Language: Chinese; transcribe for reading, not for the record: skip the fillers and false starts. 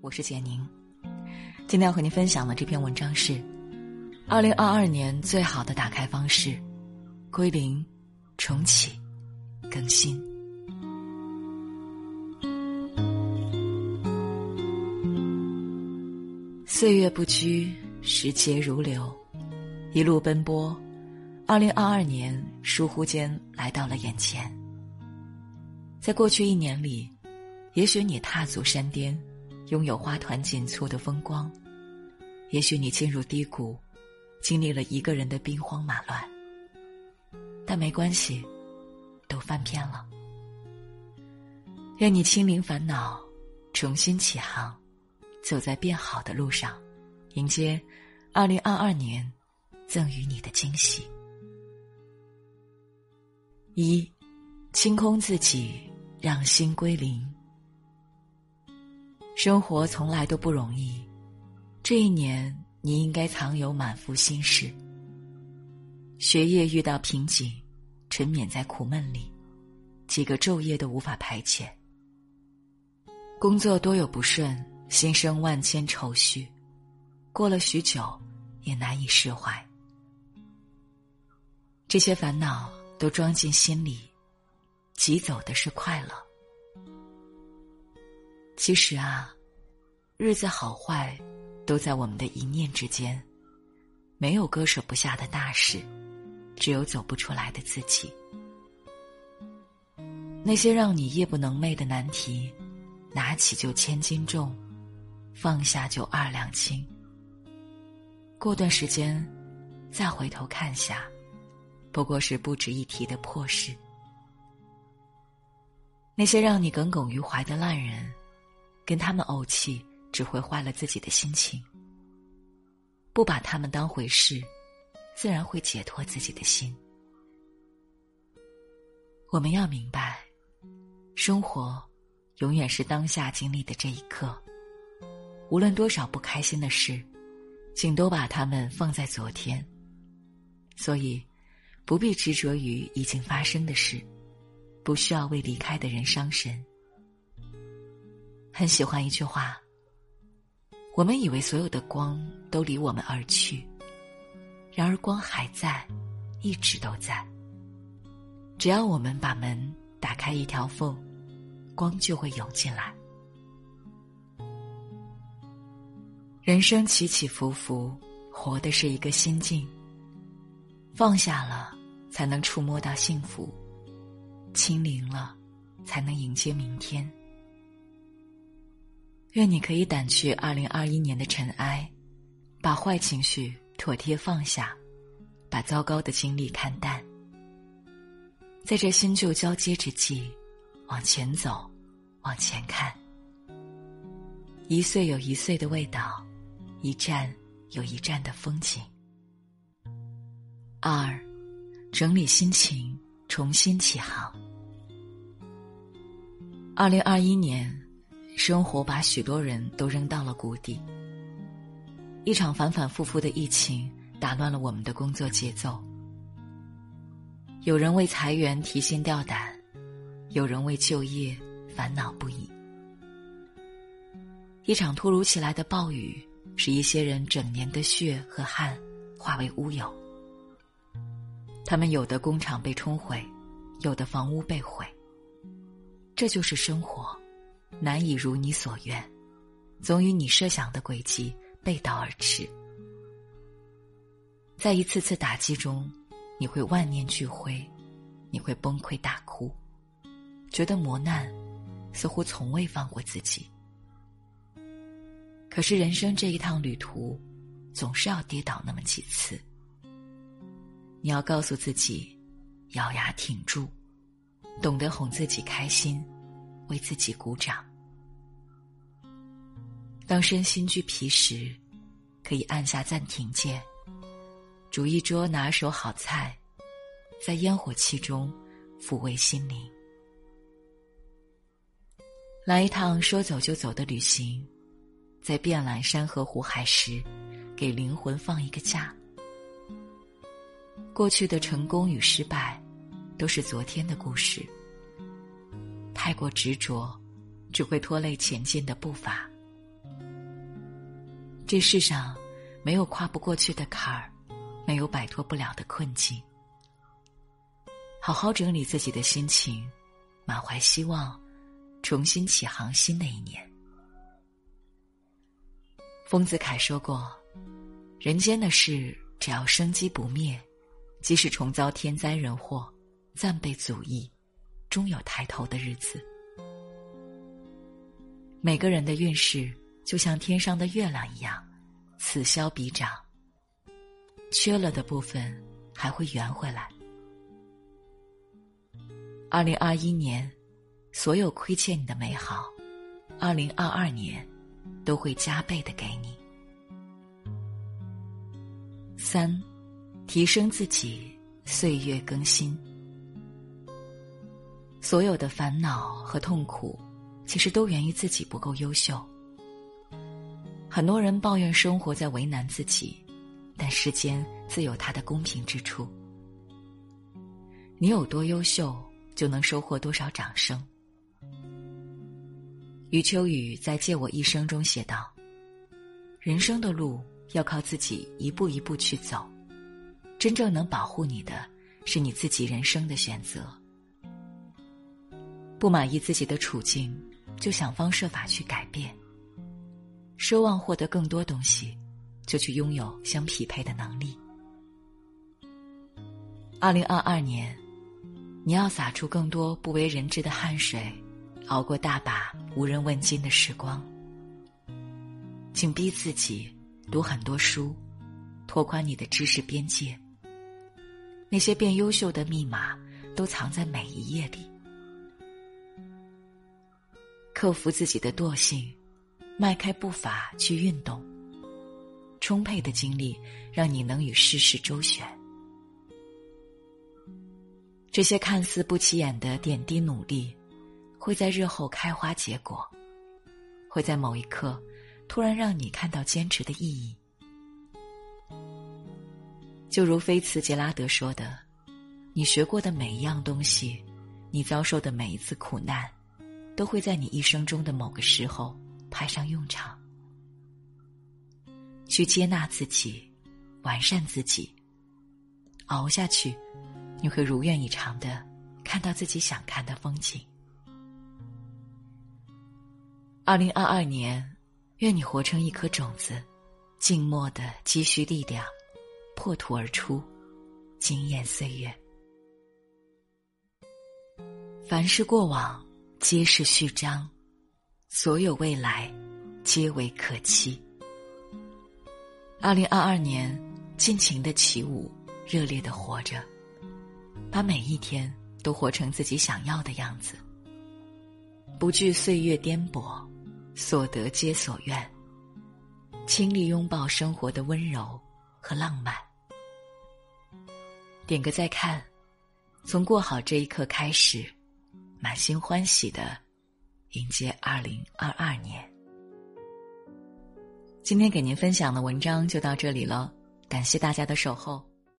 我是简宁。今天要和您分享的这篇文章是2022年最好的打开方式：归零、重启、更新。岁月不居，时节如流，一路奔波，2022年疏忽间来到了眼前。在过去1年里，也许你踏足山巅，拥有花团锦簇的风光，也许你进入低谷，经历了一个人的兵荒马乱，但没关系，都翻篇了。愿你清零烦恼，重新起航，走在变好的路上，迎接2022年赠予你的惊喜。1. 清空自己，让心归零。生活从来都不容易，这1年你应该藏有满腹心事。学业遇到瓶颈，沉湎在苦闷里，几个昼夜都无法排遣。工作多有不顺，心生万千愁绪，过了许久也难以释怀。这些烦恼都装进心里，挤走的是快乐。其实啊，日子好坏都在我们的一念之间，没有割舍不下的大事，只有走不出来的自己。那些让你夜不能寐的难题，拿起就千斤重，放下就2两轻。过段时间再回头看下，不过是不值一提的破事。那些让你耿耿于怀的烂人，跟他们怄气只会坏了自己的心情。不把他们当回事，自然会解脱自己的心。我们要明白，生活永远是当下经历的这一刻，无论多少不开心的事，请都把它们放在昨天。所以不必执着于已经发生的事，不需要为离开的人伤神。很喜欢一句话，我们以为所有的光都离我们而去，然而光还在，一直都在。只要我们把门打开一条缝，光就会涌进来。人生起起伏伏，活的是一个心境。放下了，才能触摸到幸福；清零了，才能迎接明天。愿你可以掸去2021年的尘埃，把坏情绪妥帖放下，把糟糕的经历看淡。在这新旧交接之际，往前走，往前看。一岁有一岁的味道，一站有一站的风景。2. 整理心情，重新起航。2021年，生活把许多人都扔到了谷底。一场反反复复的疫情打乱了我们的工作节奏。有人为裁员提心吊胆，有人为就业烦恼不已。一场突如其来的暴雨，使一些人整年的血和汗化为乌有。他们有的工厂被冲毁，有的房屋被毁。这就是生活，难以如你所愿，总与你设想的轨迹背道而驰。在一次次打击中，你会万念俱灰，你会崩溃大哭，觉得磨难似乎从未放过自己。可是人生这一趟旅途，总是要跌倒那么几次。你要告诉自己，咬牙挺住，懂得哄自己开心，为自己鼓掌。当身心俱疲时，可以按下暂停键，煮一桌拿手好菜，在烟火气中抚慰心灵。来一趟说走就走的旅行，在遍览山河湖海时，给灵魂放一个假。过去的成功与失败，都是昨天的故事。太过执着，只会拖累前进的步伐。 这世上没有跨不过去的坎儿，没有摆脱不了的困境。好好整理自己的心情，满怀希望，重新启航新的一年。丰子恺说过，人间的事只要生机不灭，即使重遭天灾人祸，暂被阻抑，终有抬头的日子。每个人的运势就像天上的月亮一样，此消彼长，缺了的部分还会圆回来。2021年，所有亏欠你的美好，2022年都会加倍的给你。3，提升自己，岁月更新。所有的烦恼和痛苦其实都源于自己不够优秀。很多人抱怨生活在为难自己，但世间自有它的公平之处。你有多优秀，就能收获多少掌声。余秋雨在《借我一生》中写道，人生的路要靠自己一步一步去走，真正能保护你的是你自己人生的选择。不满意自己的处境，就想方设法去改变。奢望获得更多东西，就去拥有相匹配的能力。2022年，你要洒出更多不为人知的汗水，熬过大把无人问津的时光。请逼自己读很多书，拓宽你的知识边界。那些变优秀的密码都藏在每一页里。克服自己的惰性，迈开步伐去运动。充沛的精力让你能与世事周旋。这些看似不起眼的点滴努力，会在日后开花结果，会在某一刻突然让你看到坚持的意义。就如菲茨杰拉德说的，你学过的每一样东西，你遭受的每一次苦难，都会在你一生中的某个时候派上用场。去接纳自己，完善自己，熬下去，你会如愿以偿地看到自己想看的风景。2022年，愿你活成一颗种子，静默地积蓄力量，破土而出，惊艳岁月。凡是过往，皆是序章，所有未来，皆为可期。2022年，尽情地起舞，热烈地活着，把每一天都活成自己想要的样子。不惧岁月颠簸，所得皆所愿，倾力拥抱生活的温柔和浪漫。点个再看，从过好这一刻开始，满心欢喜地迎接2022年。今天给您分享的文章就到这里了，感谢大家的守候。